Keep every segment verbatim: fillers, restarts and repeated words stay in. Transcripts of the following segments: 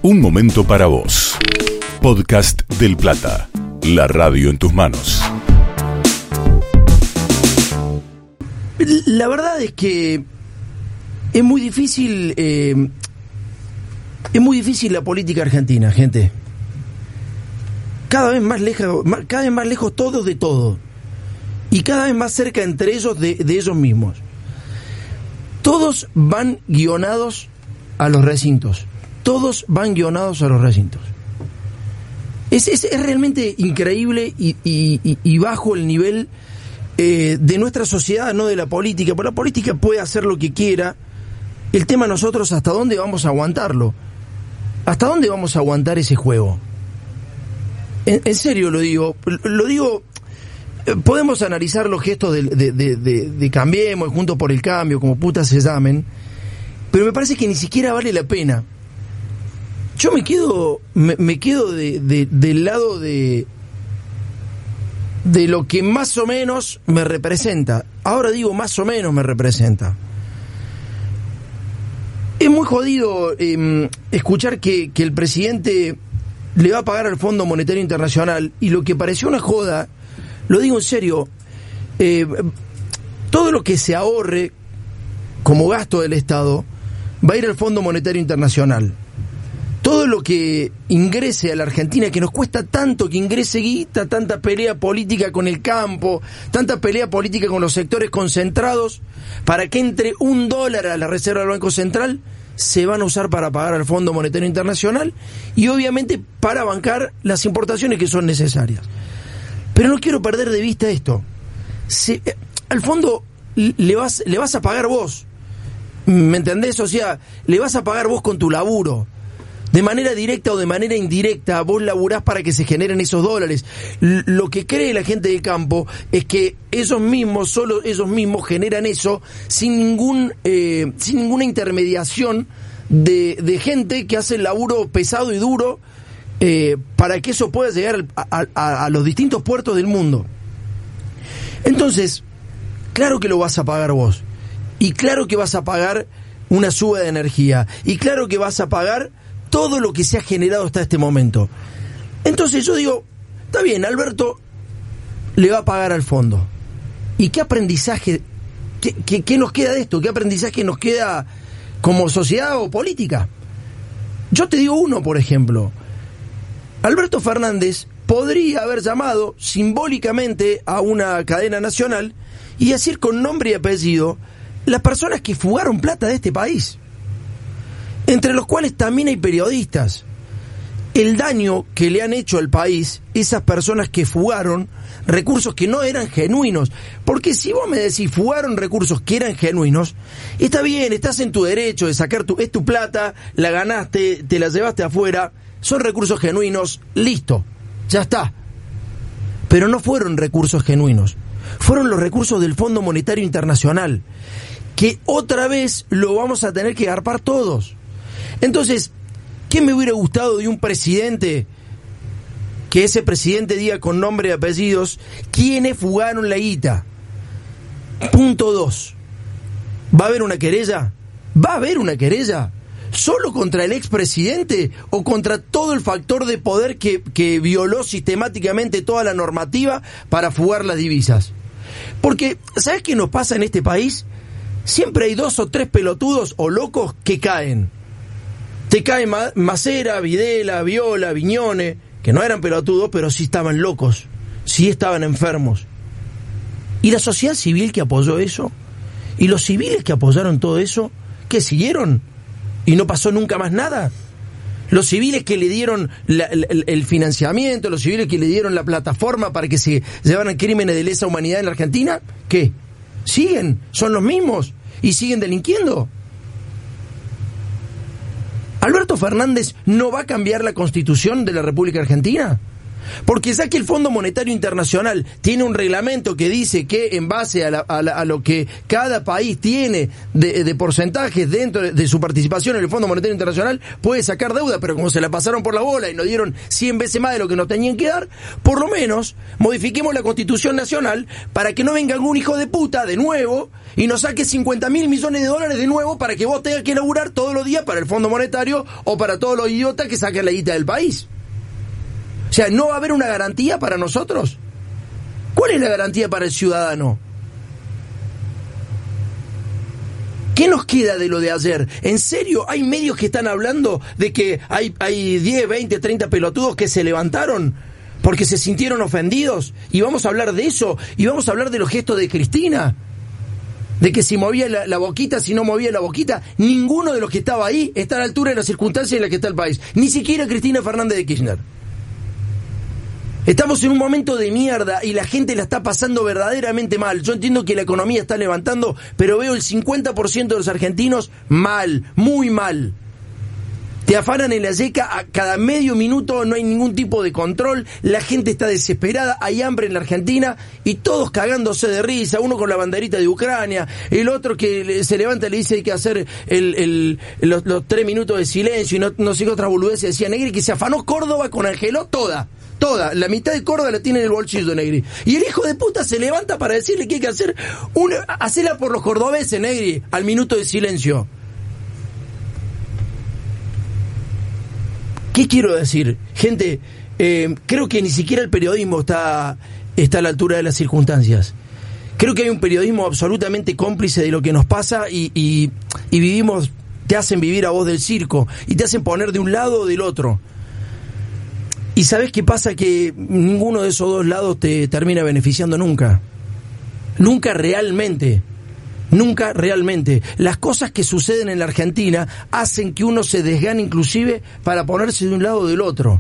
Un momento para vos. Podcast del Plata. La radio en tus manos. La verdad es que es muy difícil, eh, es muy difícil la política argentina, gente. Cada vez más lejos, cada vez más lejos todos de todo. Y cada vez más cerca entre ellos de, de ellos mismos. Todos van guionados a los recintos. Todos van guionados a los recintos. Es, es, es realmente increíble y, y, y bajo el nivel eh, de nuestra sociedad, no de la política. Porque la política puede hacer lo que quiera. El tema nosotros, ¿hasta dónde vamos a aguantarlo? ¿Hasta dónde vamos a aguantar ese juego? En, en serio lo digo. Lo digo... Podemos analizar los gestos de, de, de, de, de Cambiemos, Juntos por el Cambio, como putas se llamen, pero me parece que ni siquiera vale la pena. Yo me quedo me, me quedo de, de, del lado de de lo que más o menos me representa. Ahora digo más o menos me representa. Es muy jodido eh, escuchar que, que el presidente le va a pagar al Fondo Monetario Internacional, y lo que pareció una joda, lo digo en serio, eh, todo lo que se ahorre como gasto del Estado va a ir al Fondo Monetario Internacional. Todo lo que ingrese a la Argentina, que nos cuesta tanto que ingrese guita, tanta pelea política con el campo, tanta pelea política con los sectores concentrados, para que entre un dólar a la reserva del Banco Central, se van a usar para pagar al Fondo Monetario Internacional y obviamente para bancar las importaciones que son necesarias. Pero no quiero perder de vista esto. Se, eh, al fondo le vas, le vas a pagar vos. ¿Me entendés? O sea, le vas a pagar vos con tu laburo. De manera directa o de manera indirecta, vos laburás para que se generen esos dólares. L- lo que cree la gente del campo es que ellos mismos, solo ellos mismos generan eso sin ningún, eh, sin ninguna intermediación de, de gente que hace el laburo pesado y duro, Eh, para que eso pueda llegar a, a, a los distintos puertos del mundo. Entonces, claro que lo vas a pagar vos, y claro que vas a pagar una suba de energía, y claro que vas a pagar todo lo que se ha generado hasta este momento. Entonces yo digo, está bien, Alberto le va a pagar al fondo. ¿Y qué aprendizaje, qué, qué, qué nos queda de esto? ¿Qué aprendizaje nos queda como sociedad o política? Yo te digo uno, por ejemplo. Alberto Fernández podría haber llamado simbólicamente a una cadena nacional y decir con nombre y apellido las personas que fugaron plata de este país, entre los cuales también hay periodistas. El daño que le han hecho al país esas personas que fugaron recursos que no eran genuinos. Porque si vos me decís fugaron recursos que eran genuinos, está bien, estás en tu derecho de sacar tu, es tu plata, la ganaste, te la llevaste afuera, son recursos genuinos, listo, ya está. Pero no fueron recursos genuinos, fueron los recursos del Fondo Monetario Internacional, que otra vez lo vamos a tener que garpar todos. Entonces, ¿qué me hubiera gustado de un presidente? Que ese presidente diga con nombre y apellidos quiénes fugaron la guita. Punto dos. ¿Va a haber una querella? ¿Va a haber una querella? ¿Solo contra el expresidente o contra todo el factor de poder que, que violó sistemáticamente toda la normativa para fugar las divisas? Porque, ¿sabes qué nos pasa en este país? Siempre hay dos o tres pelotudos o locos que caen. Te cae Macera, Videla, Viola, Viñone, que no eran pelotudos, pero sí estaban locos, sí estaban enfermos. ¿Y la sociedad civil que apoyó eso? ¿Y los civiles que apoyaron todo eso? ¿Qué siguieron? ¿Y no pasó nunca más nada? Los civiles que le dieron la, el, el financiamiento, los civiles que le dieron la plataforma para que se llevaran crímenes de lesa humanidad en la Argentina, ¿qué? ¿Siguen? ¿Son los mismos? ¿Y siguen delinquiendo? ¿Alberto Fernández no va a cambiar la Constitución de la República Argentina? Porque ya que el Fondo Monetario Internacional tiene un reglamento que dice que en base a, la, a, la, a lo que cada país tiene de, de porcentajes dentro de, de su participación en el Fondo Monetario Internacional, puede sacar deuda, pero como se la pasaron por la bola y nos dieron cien veces más de lo que nos tenían que dar, por lo menos modifiquemos la Constitución Nacional para que no venga algún hijo de puta de nuevo y nos saque cincuenta mil millones de dólares de nuevo para que vos tengas que laburar todos los días para el Fondo Monetario o para todos los idiotas que saquen la guita del país. O sea, ¿no va a haber una garantía para nosotros? ¿Cuál es la garantía para el ciudadano? ¿Qué nos queda de lo de ayer? ¿En serio hay medios que están hablando de que hay, hay diez, veinte, treinta pelotudos que se levantaron porque se sintieron ofendidos? Y vamos a hablar de eso, y vamos a hablar de los gestos de Cristina, de que si movía la, la boquita, si no movía la boquita. Ninguno de los que estaba ahí está a la altura de las circunstancias en las que está el país, ni siquiera Cristina Fernández de Kirchner. Estamos en un momento de mierda y la gente la está pasando verdaderamente mal. Yo entiendo que la economía está levantando, pero veo el cincuenta por ciento de los argentinos mal, muy mal. Te afanan en la yeca a cada medio minuto, no hay ningún tipo de control, la gente está desesperada, hay hambre en la Argentina y todos cagándose de risa, uno con la banderita de Ucrania, el otro que se levanta y le dice hay que hacer el, el, los, los tres minutos de silencio y no, no sé qué otra boludez decía Negri, que se afanó Córdoba con Angeló toda. Toda, la mitad de Córdoba la tiene en el bolsillo, Negri. Y el hijo de puta se levanta para decirle que hay que hacer una, hacerla por los cordobeses, Negri, al minuto de silencio. ¿Qué quiero decir? Gente, eh, creo que ni siquiera el periodismo está, está a la altura de las circunstancias. Creo que hay un periodismo absolutamente cómplice de lo que nos pasa y, y, y vivimos, te hacen vivir a voz del circo y te hacen poner de un lado o del otro. Y ¿sabés qué pasa? Que ninguno de esos dos lados te termina beneficiando nunca. Nunca realmente. Nunca realmente. Las cosas que suceden en la Argentina hacen que uno se desgane inclusive para ponerse de un lado o del otro.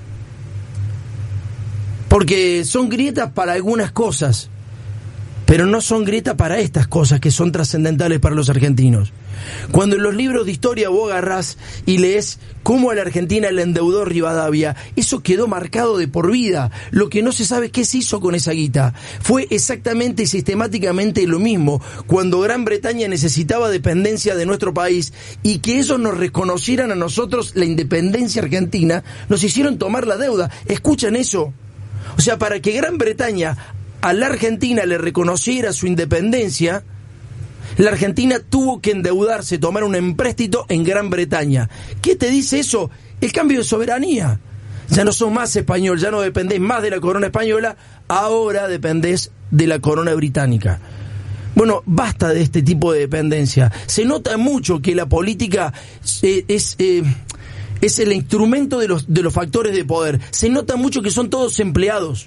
Porque son grietas para algunas cosas, pero no son grietas para estas cosas que son trascendentales para los argentinos. Cuando en los libros de historia vos agarrás y lees cómo a la Argentina le endeudó Rivadavia, eso quedó marcado de por vida. Lo que no se sabe es qué se hizo con esa guita. Fue exactamente y sistemáticamente lo mismo cuando Gran Bretaña necesitaba dependencia de nuestro país y que ellos nos reconocieran a nosotros la independencia argentina, nos hicieron tomar la deuda. ¿Escuchan eso? O sea, para que Gran Bretaña a la Argentina le reconociera su independencia, la Argentina tuvo que endeudarse, tomar un empréstito en Gran Bretaña. ¿Qué te dice eso? El cambio de soberanía. Ya no sos más español, ya no dependés más de la corona española, ahora dependés de la corona británica. Bueno, basta de este tipo de dependencia. Se nota mucho que la política eh, es... Eh, es el instrumento de los, de los factores de poder. Se nota mucho que son todos empleados.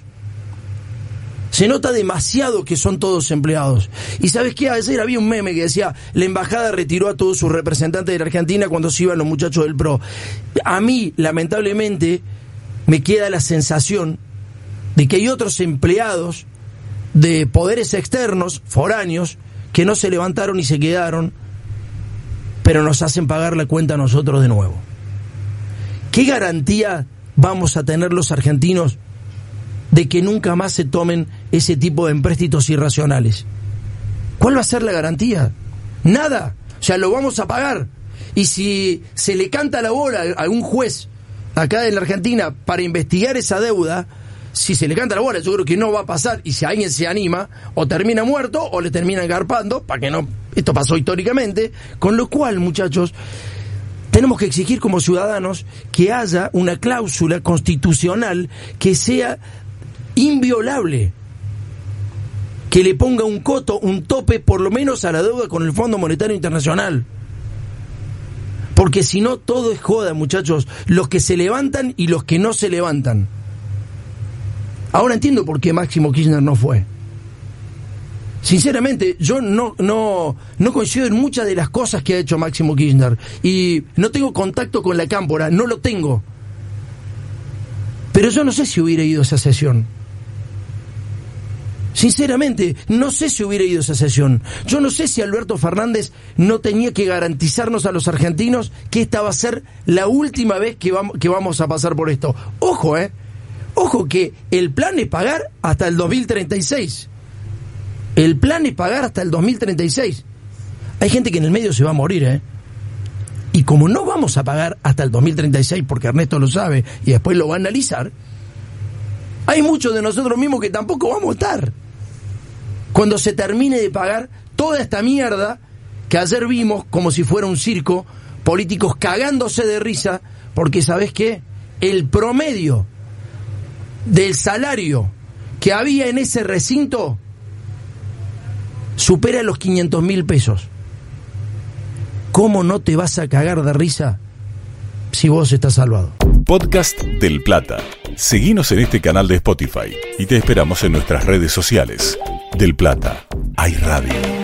Se nota demasiado que son todos empleados. Y ¿sabes qué? Ayer había un meme que decía, la embajada retiró a todos sus representantes de la Argentina cuando se iban los muchachos del P R O. A mí, lamentablemente, me queda la sensación de que hay otros empleados de poderes externos, foráneos, que no se levantaron y se quedaron, pero nos hacen pagar la cuenta a nosotros de nuevo. ¿Qué garantía vamos a tener los argentinos de que nunca más se tomen ese tipo de empréstitos irracionales? ¿Cuál va a ser la garantía? Nada. O sea, lo vamos a pagar. Y si se le canta la bola a algún juez acá en la Argentina para investigar esa deuda, si se le canta la bola, yo creo que no va a pasar. Y si alguien se anima, o termina muerto o le terminan garpando, para que no... Esto pasó históricamente. Con lo cual, muchachos, tenemos que exigir como ciudadanos que haya una cláusula constitucional que sea inviolable, que le ponga un coto, un tope por lo menos a la deuda con el Fondo Monetario Internacional. Porque si no, todo es joda, muchachos, los que se levantan y los que no se levantan. Ahora entiendo por qué Máximo Kirchner no fue. Sinceramente, yo no, no, no coincido en muchas de las cosas que ha hecho Máximo Kirchner. Y no tengo contacto con la cámpora, no lo tengo. Pero yo no sé si hubiera ido a esa sesión. Sinceramente, no sé si hubiera ido a esa sesión. Yo no sé si Alberto Fernández no tenía que garantizarnos a los argentinos que esta va a ser la última vez que vamos, que vamos a pasar por esto. Ojo, eh. Ojo que el plan es pagar hasta el dos mil treinta y seis. El plan es pagar hasta el dos mil treinta y seis. Hay gente que en el medio se va a morir, ¿eh? Y como no vamos a pagar hasta el dos mil treinta y seis, porque Ernesto lo sabe y después lo va a analizar, hay muchos de nosotros mismos que tampoco vamos a estar cuando se termine de pagar toda esta mierda que ayer vimos como si fuera un circo, políticos cagándose de risa, porque ¿sabés qué? El promedio del salario que había en ese recinto supera los quinientos mil pesos. ¿Cómo no te vas a cagar de risa si vos estás salvado? Podcast del Plata. Seguinos en este canal de Spotify y te esperamos en nuestras redes sociales. Del Plata hay radio.